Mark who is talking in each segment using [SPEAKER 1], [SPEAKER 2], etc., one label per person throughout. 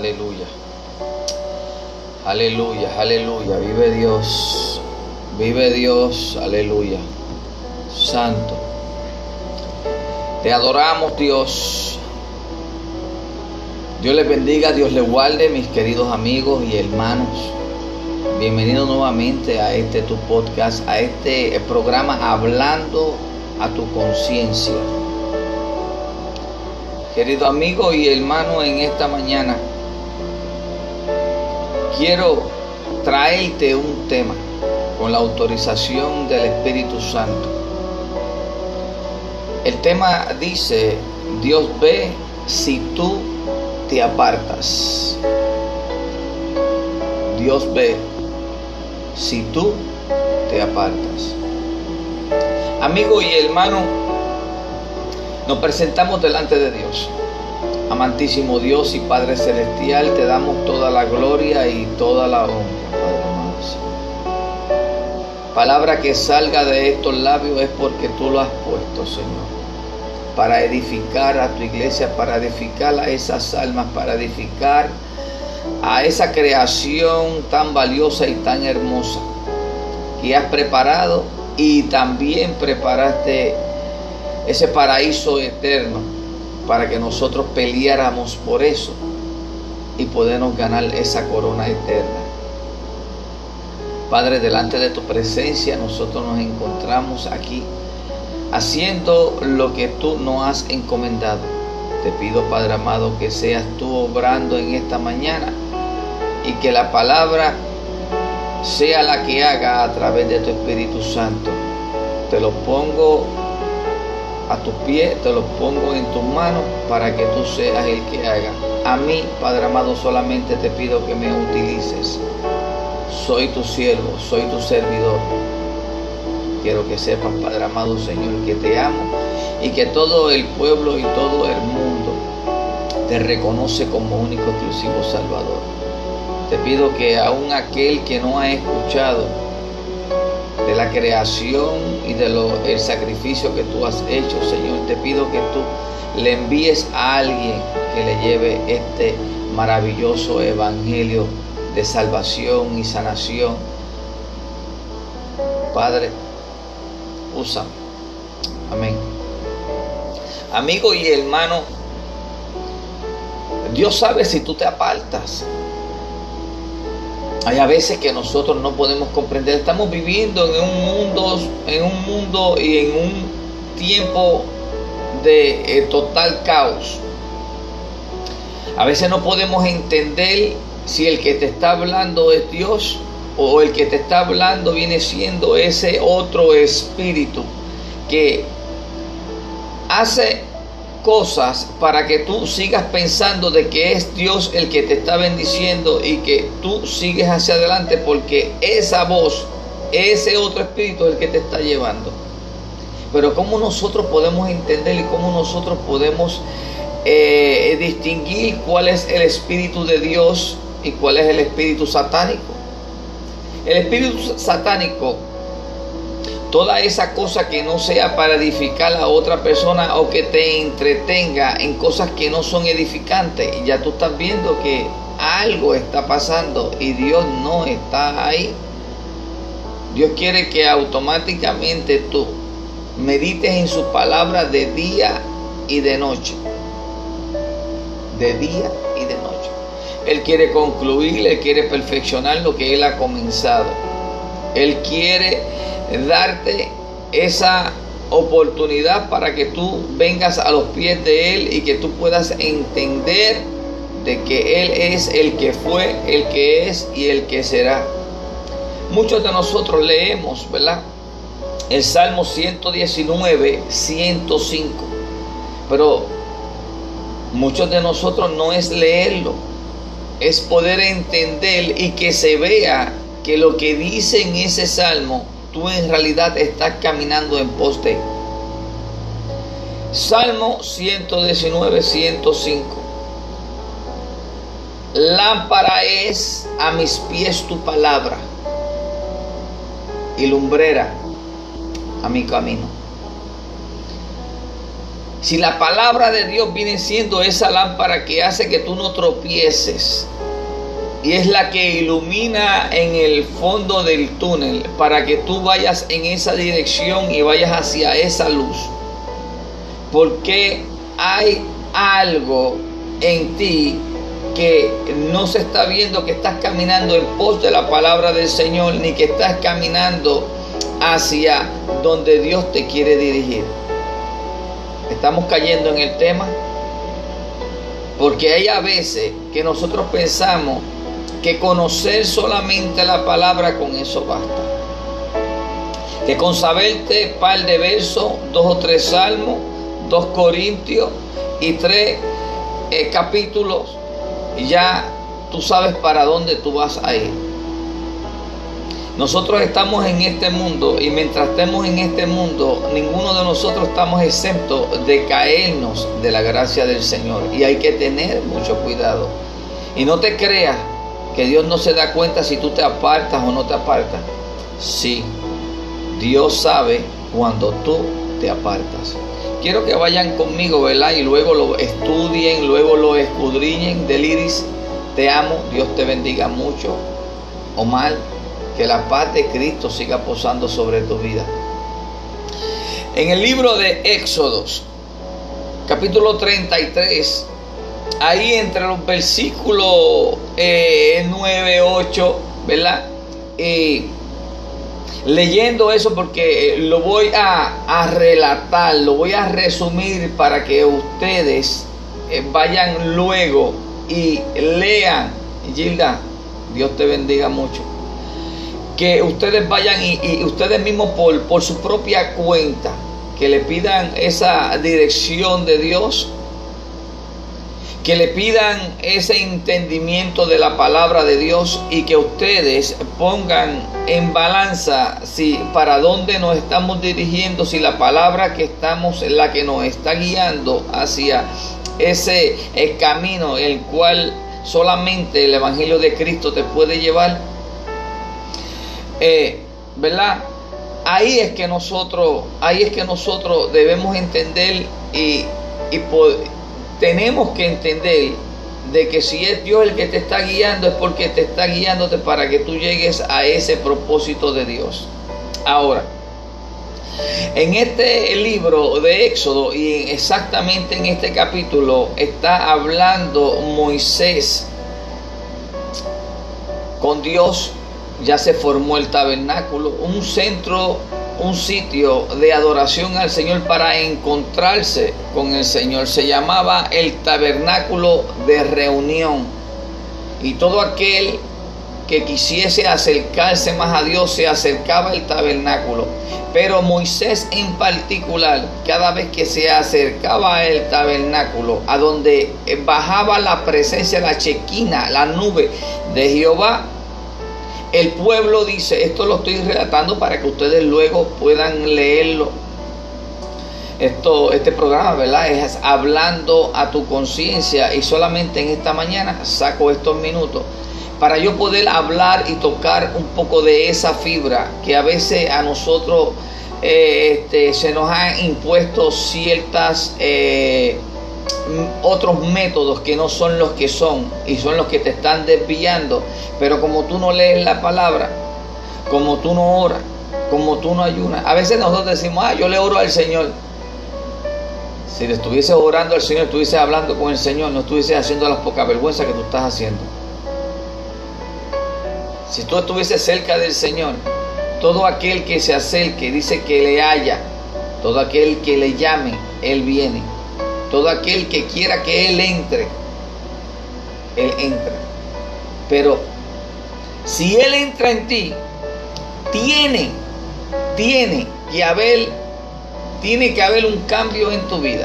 [SPEAKER 1] Aleluya. Aleluya, aleluya. Vive Dios, aleluya. Santo. Te adoramos, Dios. Dios les bendiga, Dios les guarde, mis queridos amigos y hermanos. Bienvenidos nuevamente a este tu podcast, a este programa Hablando a tu Conciencia. Querido amigo y hermano, en esta mañana quiero traerte un tema con la autorización del Espíritu Santo. El tema dice: Dios ve si tú te apartas. Dios ve si tú te apartas. Amigo y hermano, nos presentamos delante de Dios. Amantísimo Dios y Padre Celestial, te damos toda la gloria y toda la honra, Padre amado. Palabra que salga de estos labios es porque tú lo has puesto, Señor, para edificar a tu iglesia, para edificar a esas almas, para edificar a esa creación tan valiosa y tan hermosa que has preparado, y también preparaste ese paraíso eterno para que nosotros peleáramos por eso y podernos ganar esa corona eterna. Padre, delante de tu presencia nosotros nos encontramos aquí haciendo lo que tú nos has encomendado. Te pido, Padre amado, que seas tú obrando en esta mañana y que la palabra sea la que haga a través de tu Espíritu Santo. Te lo pongo a tus pies, te lo pongo en tus manos para que tú seas el que haga. A mí, Padre amado, solamente te pido que me utilices. Soy tu siervo, soy tu servidor. Quiero que sepas, Padre amado, Señor, que te amo y que todo el pueblo y todo el mundo te reconoce como único, exclusivo Salvador. Te pido que aún aquel que no ha escuchado de la creación y el sacrificio que tú has hecho, Señor, te pido que tú le envíes a alguien que le lleve este maravilloso evangelio de salvación y sanación. Padre, úsame. Amén. Amigo y hermano, Dios sabe si tú te apartas. Hay a veces que nosotros no podemos comprender. Estamos viviendo en un mundo y en un tiempo de total caos. A veces no podemos entender si el que te está hablando es Dios o el que te está hablando viene siendo ese otro espíritu que hace cosas para que tú sigas pensando de que es Dios el que te está bendiciendo y que tú sigues hacia adelante, porque esa voz, ese otro espíritu es el que te está llevando. Pero ¿cómo nosotros podemos entender y cómo nosotros podemos distinguir cuál es el espíritu de Dios y cuál es el espíritu satánico? El espíritu satánico, toda esa cosa que no sea para edificar a otra persona o que te entretenga en cosas que no son edificantes. Y ya tú estás viendo que algo está pasando y Dios no está ahí. Dios quiere que automáticamente tú medites en su palabra de día y de noche. De día y de noche. Él quiere concluir, Él quiere perfeccionar lo que Él ha comenzado. Él quiere darte esa oportunidad para que tú vengas a los pies de Él y que tú puedas entender de que Él es el que fue, el que es y el que será. Muchos de nosotros leemos, ¿verdad?, el Salmo 119, 105, pero muchos de nosotros no es leerlo, es poder entender y que se vea que lo que dice en ese salmo, tú en realidad estás caminando en pos de. Salmo 119, 105. Lámpara es a mis pies tu palabra y lumbrera a mi camino. Si la palabra de Dios viene siendo esa lámpara que hace que tú no tropieces, y es la que ilumina en el fondo del túnel para que tú vayas en esa dirección y vayas hacia esa luz, porque hay algo en ti que no se está viendo que estás caminando en pos de la palabra del Señor, ni que estás caminando hacia donde Dios te quiere dirigir. Estamos cayendo en el tema, porque hay a veces que nosotros pensamos que conocer solamente la palabra, con eso basta, que con saberte par de versos, 2 o 3 salmos, 2 Corintios y 3 capítulos, ya tú sabes para dónde tú vas a ir. Nosotros estamos en este mundo, y mientras estemos en este mundo, ninguno de nosotros estamos exentos de caernos de la gracia del Señor, y hay que tener mucho cuidado. Y no te creas que Dios no se da cuenta si tú te apartas o no te apartas. Sí, Dios sabe cuando tú te apartas. Quiero que vayan conmigo, ¿verdad? Y luego lo estudien, luego lo escudriñen. Deliris, te amo, Dios te bendiga mucho. Omar, que la paz de Cristo siga posando sobre tu vida. En el libro de Éxodos, capítulo 33, ahí entre los versículos 9, 8, ¿verdad? Leyendo eso, porque lo voy a relatar, lo voy a resumir para que ustedes vayan luego y lean. Gilda, Dios te bendiga mucho. Que ustedes vayan y ustedes mismos por su propia cuenta, que le pidan esa dirección de Dios, que le pidan ese entendimiento de la palabra de Dios, y que ustedes pongan en balanza si para dónde nos estamos dirigiendo, si la palabra que estamos, la que nos está guiando hacia ese camino, el cual solamente el Evangelio de Cristo te puede llevar, ¿verdad? Ahí es que nosotros debemos entender y tenemos que entender de que si es Dios el que te está guiando, es porque te está guiándote para que tú llegues a ese propósito de Dios. Ahora, en este libro de Éxodo, y exactamente en este capítulo, está hablando Moisés con Dios. Ya se formó el tabernáculo, un centro, un sitio de adoración al Señor para encontrarse con el Señor. Se llamaba el tabernáculo de reunión, y todo aquel que quisiese acercarse más a Dios se acercaba al tabernáculo. Pero Moisés en particular, cada vez que se acercaba al tabernáculo, a donde bajaba la presencia, la chequina, la nube de Jehová, el pueblo dice, esto lo estoy relatando para que ustedes luego puedan leerlo. Este programa, ¿verdad?, es hablando a tu conciencia, y solamente en esta mañana saco estos minutos para yo poder hablar y tocar un poco de esa fibra que a veces a nosotros se nos han impuesto ciertas otros métodos que no son los que son, y son los que te están desviando. Pero como tú no lees la palabra, como tú no oras, como tú no ayunas, a veces nosotros decimos, yo le oro al Señor. Si le estuvieses orando al Señor, estuvieses hablando con el Señor, no estuvieses haciendo las pocas vergüenzas que tú estás haciendo. Si tú estuvieses cerca del Señor, todo aquel que se acerque, dice que le halla, todo aquel que le llame, Él viene. Todo aquel que quiera que Él entre, Él entra. Pero si Él entra en ti, tiene que haber un cambio en tu vida.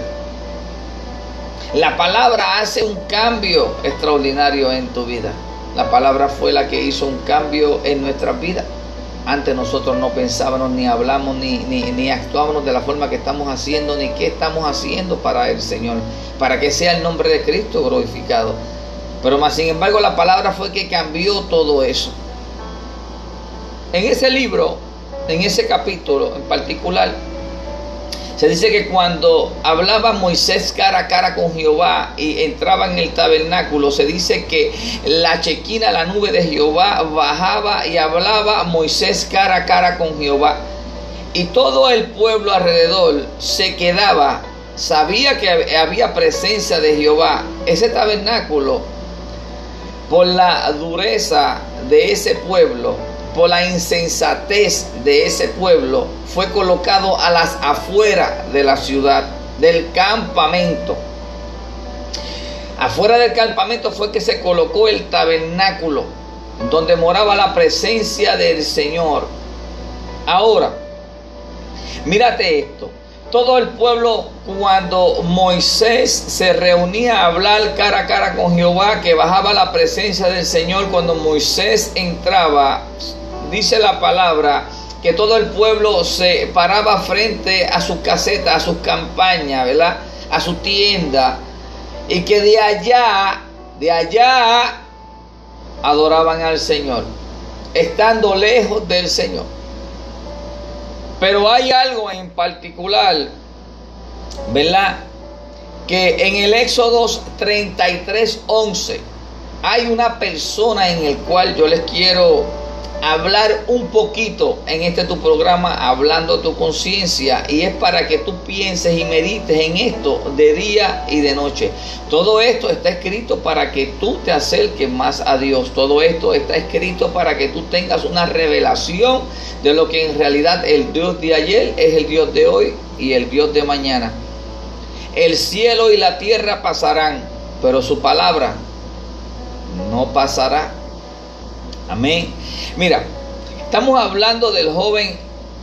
[SPEAKER 1] La palabra hace un cambio extraordinario en tu vida. La palabra fue la que hizo un cambio en nuestras vidas. Antes nosotros no pensábamos, ni hablamos, ni actuábamos de la forma que estamos haciendo, ni qué estamos haciendo para el Señor, para que sea el nombre de Cristo glorificado. Pero más sin embargo, la palabra fue que cambió todo eso. En ese libro, en ese capítulo en particular, Se dice que cuando hablaba Moisés cara a cara con Jehová y entraba en el tabernáculo, se dice que la chequina, la nube de Jehová, bajaba y hablaba Moisés cara a cara con Jehová. Y todo el pueblo alrededor se quedaba, sabía que había presencia de Jehová. Ese tabernáculo, por la dureza de ese pueblo, por la insensatez de ese pueblo, fue colocado a las afueras de la ciudad, del campamento. Afuera del campamento fue que se colocó el tabernáculo, donde moraba la presencia del Señor. Ahora, mírate esto. Todo el pueblo, cuando Moisés se reunía a hablar cara a cara con Jehová, que bajaba la presencia del Señor, cuando Moisés entraba, dice la palabra que todo el pueblo se paraba frente a sus casetas, a sus campañas, ¿verdad? A su tienda, y que de allá adoraban al Señor, estando lejos del Señor. Pero hay algo en particular, ¿verdad? Que en el Éxodo 33:11 hay una persona en el cual yo les quiero hablar un poquito en este tu programa, Hablando tu Conciencia, y es para que tú pienses y medites en esto de día y de noche. Todo esto está escrito para que tú te acerques más a Dios. Todo esto está escrito para que tú tengas una revelación de lo que en realidad el Dios de ayer es el Dios de hoy y el Dios de mañana. El cielo y la tierra pasarán, pero su palabra no pasará. Amén. Mira, estamos hablando del joven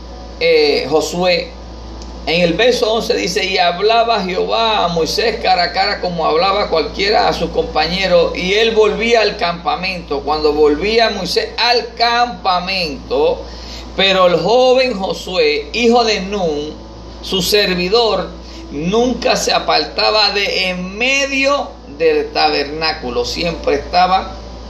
[SPEAKER 1] Josué. En el verso 11 dice: y hablaba Jehová a Moisés cara a cara como hablaba cualquiera a su compañero, y él volvía al campamento. Cuando volvía Moisés al campamento, pero el joven Josué, hijo de Nun, su servidor, nunca se apartaba de en medio del tabernáculo. Siempre estaba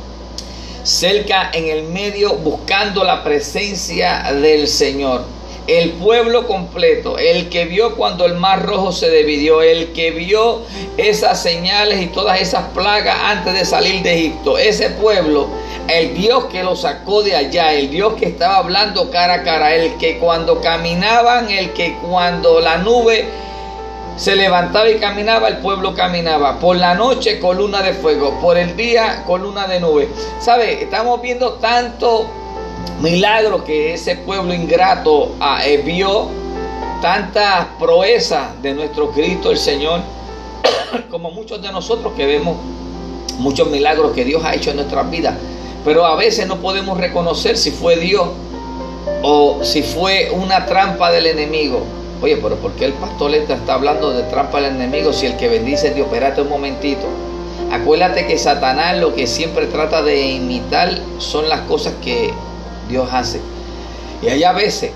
[SPEAKER 1] cerca, en el medio, buscando la presencia del Señor. El pueblo completo, el que vio cuando el mar rojo se dividió, el que vio esas señales y todas esas plagas antes de salir de Egipto, ese pueblo, el Dios que lo sacó de allá, el Dios que estaba hablando cara a cara, el que cuando caminaban, el que cuando la nube se levantaba y caminaba, el pueblo caminaba. Por la noche, columna de fuego. Por el día, columna de nube. ¿Sabe? Estamos viendo tanto milagro que ese pueblo ingrato vio, tantas proezas de nuestro Cristo el Señor, como muchos de nosotros que vemos muchos milagros que Dios ha hecho en nuestras vidas. Pero a veces no podemos reconocer si fue Dios o si fue una trampa del enemigo. Oye, pero ¿por qué el pastor le está hablando de trampa al enemigo si el que bendice es Dios? Espérate un momentito. Acuérdate que Satanás lo que siempre trata de imitar son las cosas que Dios hace. Y hay a veces,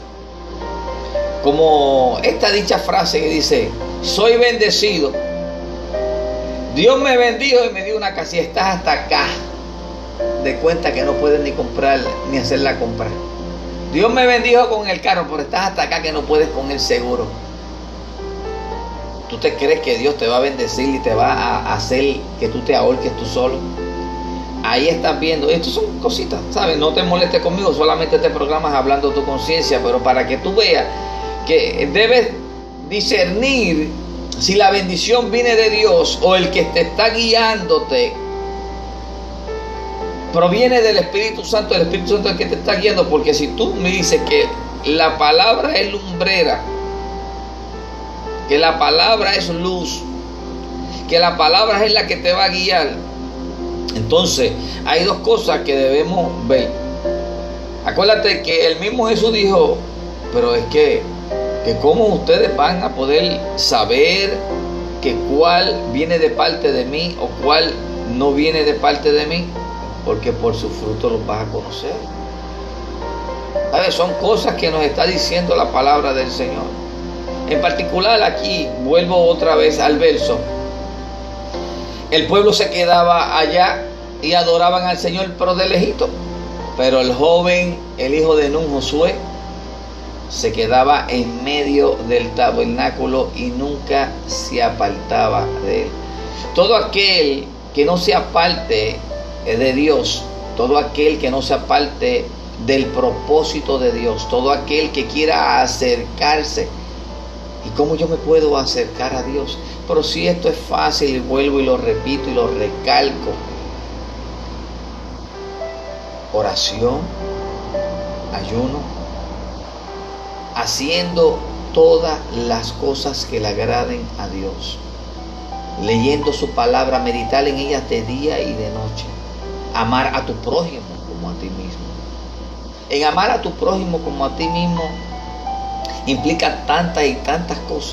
[SPEAKER 1] como esta dicha frase que dice: soy bendecido, Dios me bendijo y me dio una casa, y estás hasta acá de cuenta que no puedes ni comprar ni hacer la compra. Dios me bendijo con el carro, pero estás hasta acá que no puedes con el seguro. ¿Tú te crees que Dios te va a bendecir y te va a hacer que tú te ahorques tú solo? Ahí estás viendo. Estas son cositas, ¿sabes? No te molestes conmigo, solamente este programa es Hablando tu Conciencia, pero para que tú veas que debes discernir si la bendición viene de Dios o el que te está guiándote proviene del Espíritu Santo. El Espíritu Santo es el que te está guiando, porque si tú me dices que la palabra es lumbrera, que la palabra es luz, que la palabra es la que te va a guiar, entonces hay dos cosas que debemos ver. Acuérdate que el mismo Jesús dijo: pero es que cómo ustedes van a poder saber que cuál viene de parte de mí o cuál no viene de parte de mí, porque por su fruto los vas a conocer. ¿Sabes? Son cosas que nos está diciendo la palabra del Señor. En particular aquí, vuelvo otra vez al verso. El pueblo se quedaba allá y adoraban al Señor, pero de lejito. Pero el joven, el hijo de Nun, Josué, se quedaba en medio del tabernáculo y nunca se apartaba de él. Todo aquel que no sea parte de Dios, todo aquel que no sea parte del propósito de Dios, todo aquel que quiera acercarse. ¿Y cómo yo me puedo acercar a Dios? Pero si esto es fácil, y vuelvo y lo repito y lo recalco: oración, ayuno, haciendo todas las cosas que le agraden a Dios, leyendo su palabra, meditar en ellas de día y de noche, amar a tu prójimo como a ti mismo. En amar a tu prójimo como a ti mismo implica tantas y tantas cosas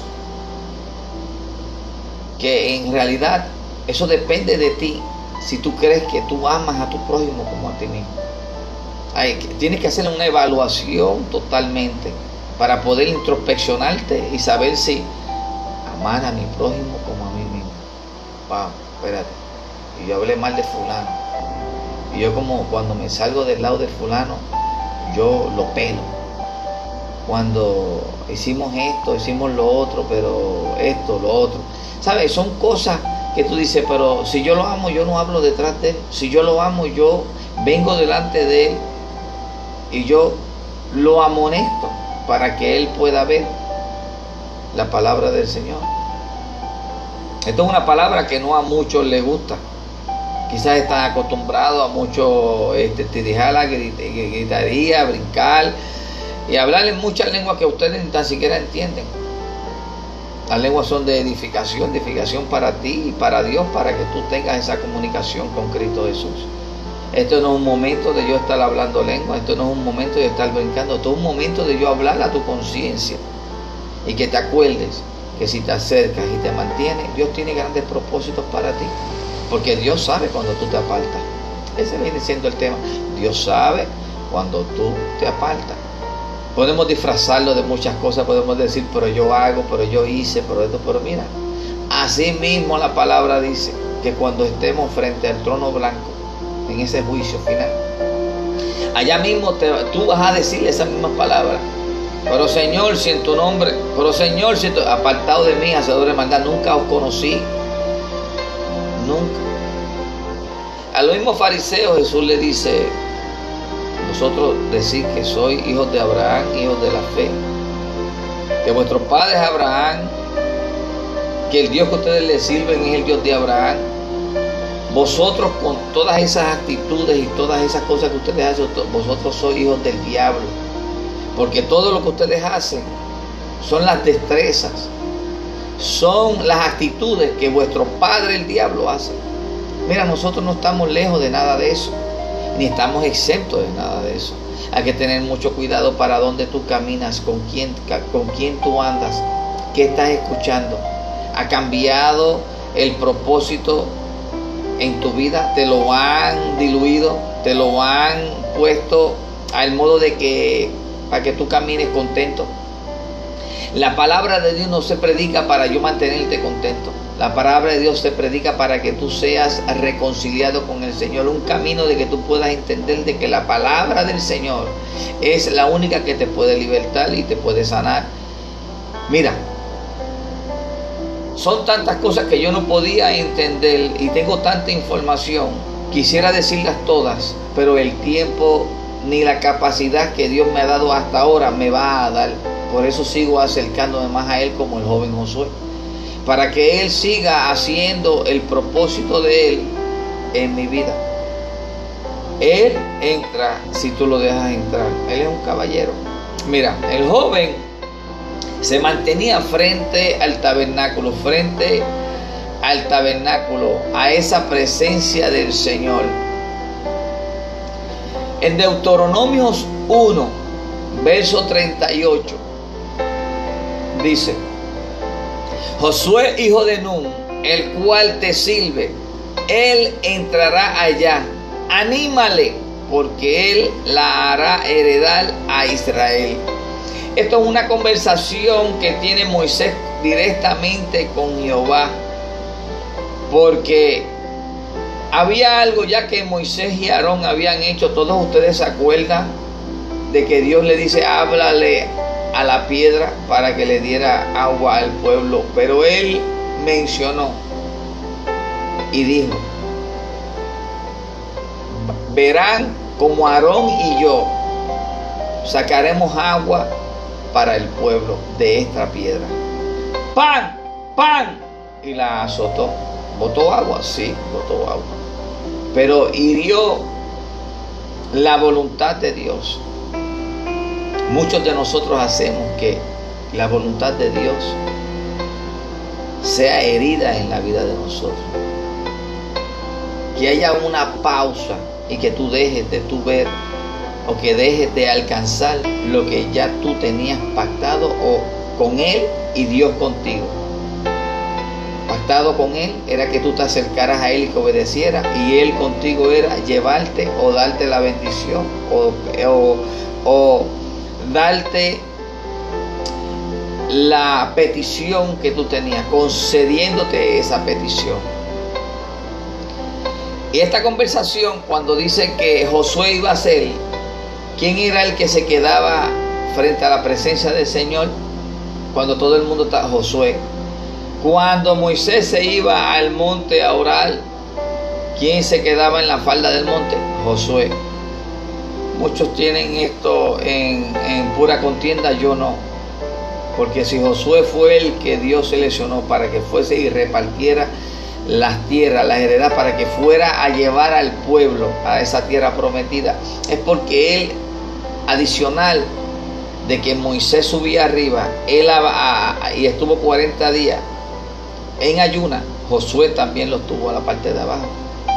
[SPEAKER 1] que en realidad eso depende de ti. Si tú crees que tú amas a tu prójimo como a ti mismo, tienes que hacer una evaluación totalmente para poder introspeccionarte y saber si amar a mi prójimo como a mí mismo. Wow, espérate, y yo hablé mal de fulano, y yo, como cuando me salgo del lado de fulano, yo lo pelo. Cuando hicimos esto, hicimos lo otro, pero esto, lo otro, ¿sabes? Son cosas que tú dices, pero si yo lo amo, yo no hablo detrás de él. Si yo lo amo, yo vengo delante de él y yo lo amonesto para que él pueda ver la palabra del Señor. Esto es una palabra que no a muchos les gusta. Quizás están acostumbrados a mucho tirijala, gritaría, brincar y hablar en muchas lenguas que ustedes ni tan siquiera entienden. Las lenguas son de edificación para ti y para Dios, para que tú tengas esa comunicación con Cristo Jesús. Esto no es un momento de yo estar hablando lengua, esto no es un momento de estar brincando, esto es un momento de yo hablar a tu conciencia y que te acuerdes que si te acercas y te mantienes, Dios tiene grandes propósitos para ti, porque Dios sabe cuando tú te apartas. Ese viene siendo el tema. Dios sabe cuando tú te apartas. Podemos disfrazarlo de muchas cosas, podemos decir, pero yo hago, pero yo hice, pero esto, pero mira, así mismo la palabra dice que cuando estemos frente al trono blanco, en ese juicio final, allá mismo tú vas a decir esas mismas palabras. Pero Señor, si en tu nombre, pero Señor, si apartado de mí, hacedor de maldad, nunca os conocí. Nunca. A los mismos fariseos Jesús le dice: vosotros decís que sois hijos de Abraham, hijos de la fe, que vuestro padre es Abraham, que el Dios que ustedes le sirven es el Dios de Abraham. Vosotros, con todas esas actitudes y todas esas cosas que ustedes hacen, vosotros sois hijos del diablo, porque todo lo que ustedes hacen son las destrezas, son las actitudes que vuestro padre el diablo hace. Mira, nosotros no estamos lejos de nada de eso, ni estamos exentos de nada de eso. Hay que tener mucho cuidado para dónde tú caminas, con quién tú andas, qué estás escuchando. ¿Ha cambiado el propósito en tu vida? ¿Te lo han diluido? ¿Te lo han puesto al modo de que para que tú camines contento? La palabra de Dios no se predica para yo mantenerte contento. La palabra de Dios se predica para que tú seas reconciliado con el Señor. Un camino de que tú puedas entender de que la palabra del Señor es la única que te puede libertar y te puede sanar. Mira, son tantas cosas que yo no podía entender y tengo tanta información. Quisiera decirlas todas, pero el tiempo ni la capacidad que Dios me ha dado hasta ahora me va a dar. Por eso sigo acercándome más a Él como el joven Josué, para que Él siga haciendo el propósito de Él en mi vida. Él entra si tú lo dejas entrar. Él es un caballero. Mira, el joven se mantenía frente al tabernáculo, a esa presencia del Señor. En Deuteronomios 1, verso 38, dice: Josué, hijo de Nun, el cual te sirve, él entrará allá. Anímale, porque él la hará heredar a Israel. Esto es una conversación que tiene Moisés directamente con Jehová, porque había algo ya que Moisés y Aarón habían hecho. Todos ustedes se acuerdan de que Dios le dice: háblale a la piedra para que le diera agua al pueblo, pero él mencionó y dijo: verán como Aarón y yo sacaremos agua para el pueblo de esta piedra. ¡Pan! ¡Pan! Y la azotó. ¿Botó agua? Sí, botó agua. Pero hirió la voluntad de Dios. Muchos de nosotros hacemos que la voluntad de Dios sea herida en la vida de nosotros. Que haya una pausa y que tú dejes de tú ver o que dejes de alcanzar lo que ya tú tenías pactado o con Él y Dios contigo. Pactado con Él era que tú te acercaras a Él y que obedecieras, y Él contigo era llevarte o darte la bendición o darte la petición que tú tenías, concediéndote esa petición. Y esta conversación, cuando dice que Josué iba a ser, ¿quién era el que se quedaba frente a la presencia del Señor? Cuando todo el mundo está, Josué. Cuando Moisés se iba al monte a orar, ¿quién se quedaba en la falda del monte? Josué. Muchos tienen esto en pura contienda, yo no. Porque si Josué fue el que Dios seleccionó para que fuese y repartiera las tierras, las heredades, para que fuera a llevar al pueblo a esa tierra prometida, es porque él, adicional de que Moisés subía arriba, él y estuvo 40 días en ayuna, Josué también lo tuvo a la parte de abajo.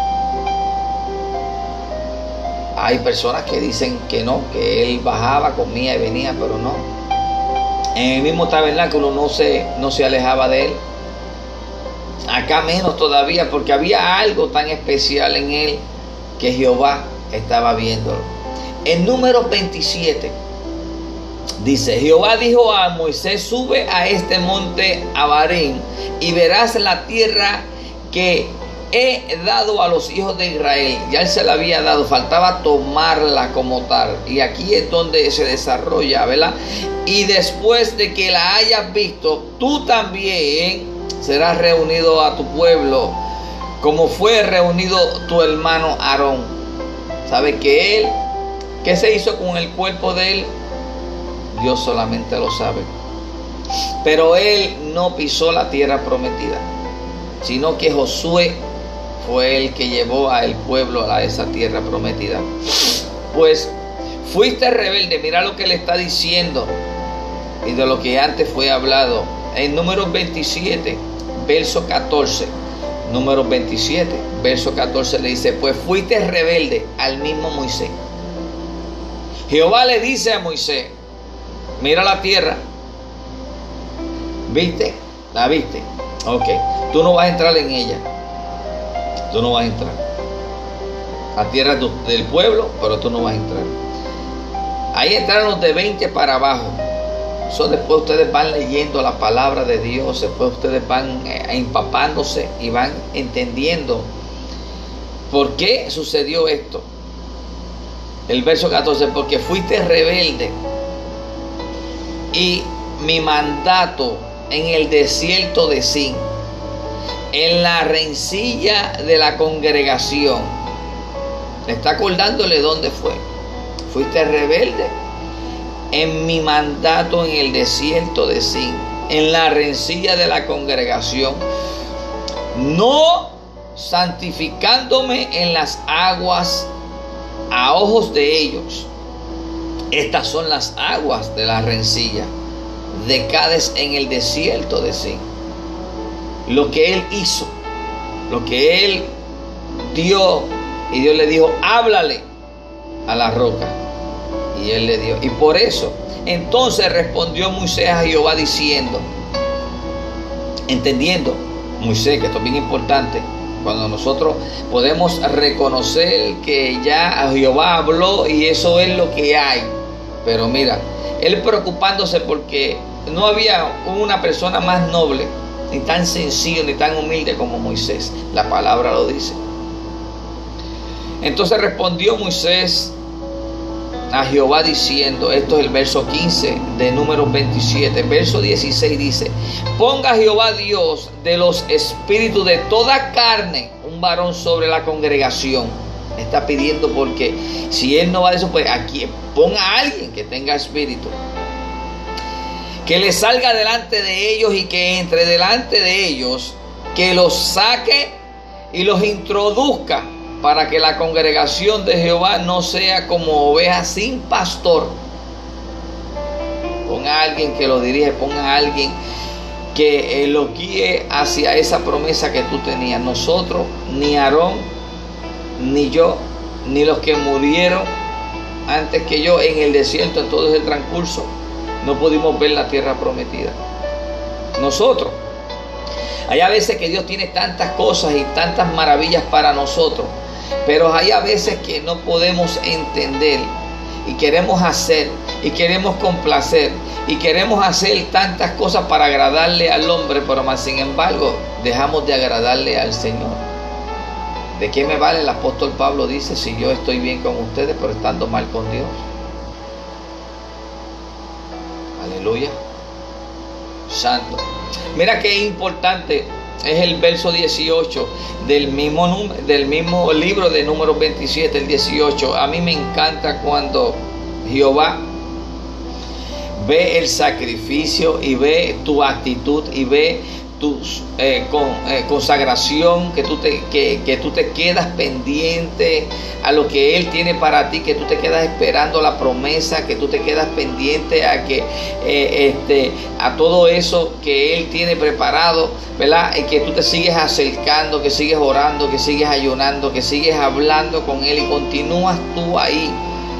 [SPEAKER 1] Hay personas que dicen que no, que él bajaba, comía y venía, pero no. En el mismo tabernáculo no se alejaba de él. Acá menos todavía, porque había algo tan especial en él que Jehová estaba viéndolo. En Números 27 dice: Jehová dijo a Moisés: sube a este monte Abarim y verás la tierra que he dado a los hijos de Israel. Ya él se la había dado, faltaba tomarla como tal. Y aquí es donde se desarrolla, ¿verdad? Y después de que la hayas visto, tú también serás reunido a tu pueblo, como fue reunido tu hermano Aarón. ¿Sabe que él, qué se hizo con el cuerpo de él? Dios solamente lo sabe. Pero él no pisó la tierra prometida, sino que Josué fue el que llevó al pueblo a esa tierra prometida. Pues fuiste rebelde. Mira lo que le está diciendo y de lo que antes fue hablado en Números 27, verso 14. Números 27, verso 14 le dice: pues fuiste rebelde al mismo Moisés. Jehová le dice a Moisés: mira la tierra. ¿Viste? ¿La viste? Ok. Tú no vas a entrar en ella. Tú no vas a entrar. La tierra del pueblo, pero tú no vas a entrar. Ahí entraron los de 20 para abajo. Eso después ustedes van leyendo la palabra de Dios. Después ustedes van empapándose y van entendiendo por qué sucedió esto. El verso 14: porque fuiste rebelde y mi mandato en el desierto de Sin, en la rencilla de la congregación. Le está acordándole dónde fue. Fuiste rebelde en mi mandato en el desierto de Sin, en la rencilla de la congregación, no santificándome en las aguas a ojos de ellos. Estas son las aguas de la rencilla de Cades en el desierto de Sin. Lo que él hizo, lo que él dio, y Dios le dijo: háblale a la roca, y él le dio. Y por eso entonces respondió Moisés a Jehová diciendo, entendiendo Moisés, que esto es bien importante, cuando nosotros podemos reconocer que ya Jehová habló y eso es lo que hay. Pero mira, él preocupándose porque no había una persona más noble, ni tan sencillo, ni tan humilde como Moisés. La palabra lo dice. Entonces respondió Moisés a Jehová diciendo, esto es el verso 15 de Números 27, verso 16 dice, ponga Jehová Dios de los espíritus de toda carne un varón sobre la congregación. Está pidiendo porque si él no va de eso, pues aquí ponga a alguien que tenga espíritu, que le salga delante de ellos y que entre delante de ellos, que los saque y los introduzca, para que la congregación de Jehová no sea como ovejas sin pastor. Ponga a alguien que lo dirige, ponga a alguien que lo guíe hacia esa promesa que tú tenías. Nosotros, ni Aarón, ni yo, ni los que murieron antes que yo en el desierto, en todo ese transcurso, no pudimos ver la tierra prometida. Nosotros, hay a veces que Dios tiene tantas cosas y tantas maravillas para nosotros, pero hay a veces que no podemos entender y queremos hacer y queremos complacer y queremos hacer tantas cosas para agradarle al hombre, pero más sin embargo dejamos de agradarle al Señor. ¿De qué me vale? El apóstol Pablo dice, si yo estoy bien con ustedes, pero estando mal con Dios. Aleluya. Santo. Mira qué importante es el verso 18 del mismo libro de Números 27, el 18. A mí me encanta cuando Jehová ve el sacrificio y ve tu actitud y ve tu consagración, que tú te quedas pendiente a lo que Él tiene para ti, que tú te quedas esperando la promesa, que tú te quedas pendiente a que a todo eso que Él tiene preparado, ¿verdad? Y que tú te sigues acercando, que sigues orando, que sigues ayunando, que sigues hablando con Él y continúas tú ahí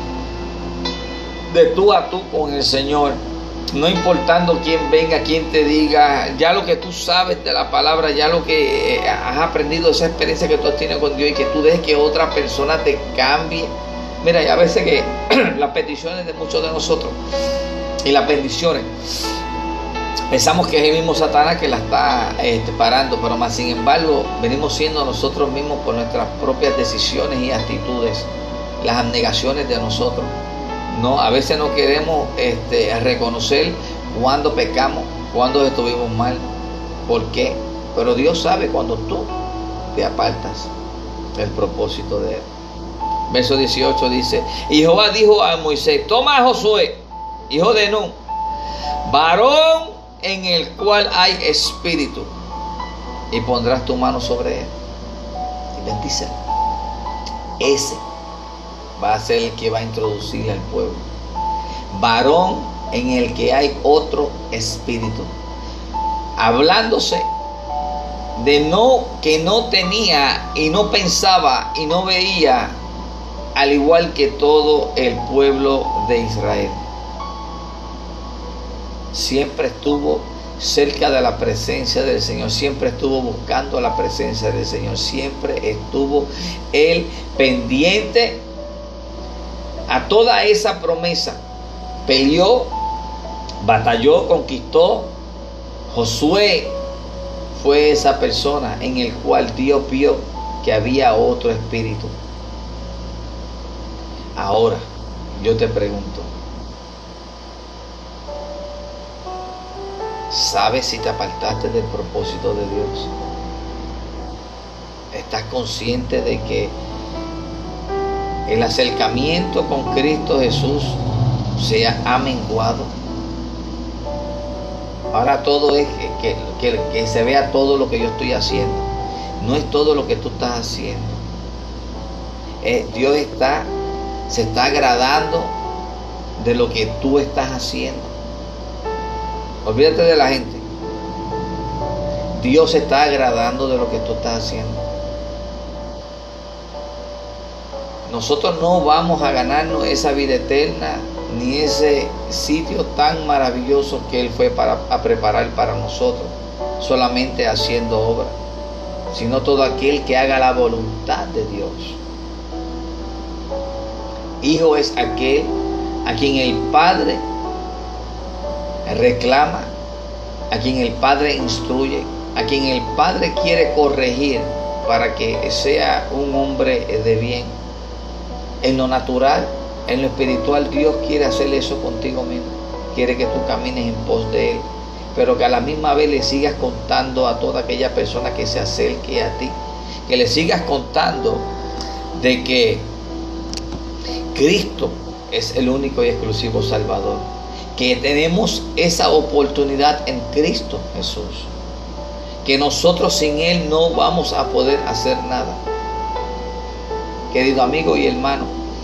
[SPEAKER 1] de tú a tú con el Señor. No importando quién venga, quién te diga, ya lo que tú sabes de la palabra, ya lo que has aprendido, esa experiencia que tú tienes con Dios, y que tú dejes que otra persona te cambie. Mira, hay a veces que las peticiones de muchos de nosotros y las bendiciones, pensamos que es el mismo Satanás que la está parando, pero más sin embargo venimos siendo nosotros mismos por nuestras propias decisiones y actitudes, las abnegaciones de nosotros. No, a veces no queremos reconocer cuando pecamos, cuando estuvimos mal. ¿Por qué? Pero Dios sabe cuando tú te apartas del propósito de Él. Verso 18 dice, y Jehová dijo a Moisés, toma a Josué, hijo de Nun, varón en el cual hay espíritu, y pondrás tu mano sobre él y bendícelo. Ese va a ser el que va a introducir al pueblo. Varón en el que hay otro espíritu. Hablándose de que no tenía y no pensaba y no veía al igual que todo el pueblo de Israel. Siempre estuvo cerca de la presencia del Señor, siempre estuvo buscando la presencia del Señor, siempre estuvo él pendiente a toda esa promesa. Peleó, batalló, conquistó. Josué fue esa persona en el cual Dios vio que había otro espíritu. Ahora, yo te pregunto, ¿sabes si te apartaste del propósito de Dios? ¿Estás consciente de que el acercamiento con Cristo Jesús se ha menguado? Ahora todo es que se vea todo lo que yo estoy haciendo. No es todo lo que tú estás haciendo. Dios se está agradando de lo que tú estás haciendo. Olvídate de la gente. Dios se está agradando de lo que tú estás haciendo. Nosotros no vamos a ganarnos esa vida eterna ni ese sitio tan maravilloso que Él fue a preparar para nosotros, solamente haciendo obra, sino todo aquel que haga la voluntad de Dios. Hijo es aquel a quien el Padre reclama, a quien el Padre instruye, a quien el Padre quiere corregir para que sea un hombre de bien. En lo natural, En lo espiritual Dios quiere hacer eso contigo mismo. Quiere que tú camines en pos de Él, pero que a la misma vez le sigas contando a toda aquella persona que se acerque a ti, que le sigas contando de que Cristo es el único y exclusivo Salvador, que tenemos esa oportunidad en Cristo Jesús, que nosotros sin Él no vamos a poder hacer nada. Querido amigo y hermano,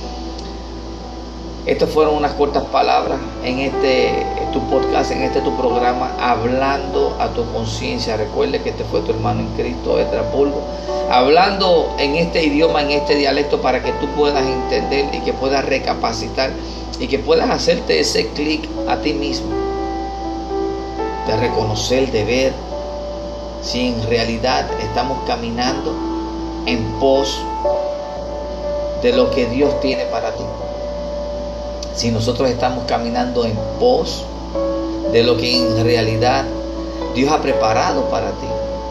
[SPEAKER 1] estas fueron unas cortas palabras en tu podcast, en tu programa, hablando a tu conciencia. Recuerde que este fue tu hermano en Cristo, Esdras Bulbo, hablando en este idioma, en este dialecto, para que tú puedas entender y que puedas recapacitar y que puedas hacerte ese clic a ti mismo, de reconocer, de ver si en realidad estamos caminando en pos de lo que Dios tiene para ti. Si nosotros estamos caminando en pos de lo que en realidad Dios ha preparado para ti.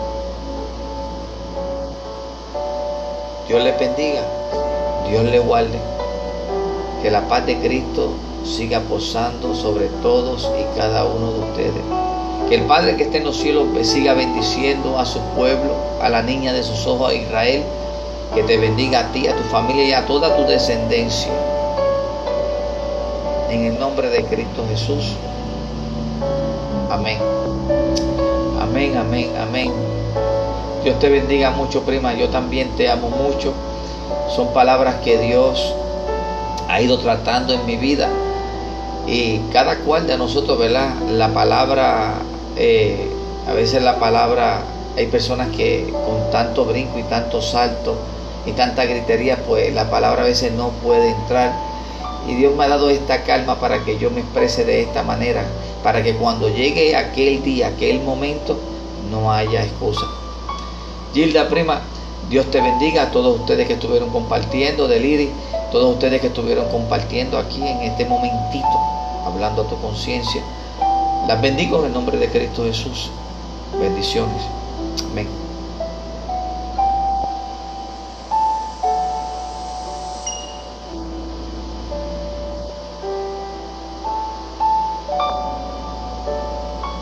[SPEAKER 1] Dios le bendiga, Dios le guarde. Que la paz de Cristo siga posando sobre todos y cada uno de ustedes. Que el Padre que está en los cielos siga bendiciendo a su pueblo, a la niña de sus ojos, a Israel. Que te bendiga a ti, a tu familia y a toda tu descendencia. En el nombre de Cristo Jesús. Amén. Amén, amén, amén. Dios te bendiga mucho, prima. Yo también te amo mucho. Son palabras que Dios ha ido tratando en mi vida. Y cada cual de nosotros, ¿verdad? La palabra, a veces la palabra, hay personas que con tanto brinco y tanto salto y tanta gritería, pues la palabra a veces no puede entrar. Y Dios me ha dado esta calma para que yo me exprese de esta manera, para que cuando llegue aquel día, aquel momento, no haya excusa. Gilda, prima, Dios te bendiga. A todos ustedes que estuvieron compartiendo, Deliri, todos ustedes que estuvieron compartiendo aquí en este momentito, hablando a tu conciencia. Las bendigo en el nombre de Cristo Jesús. Bendiciones. Amén.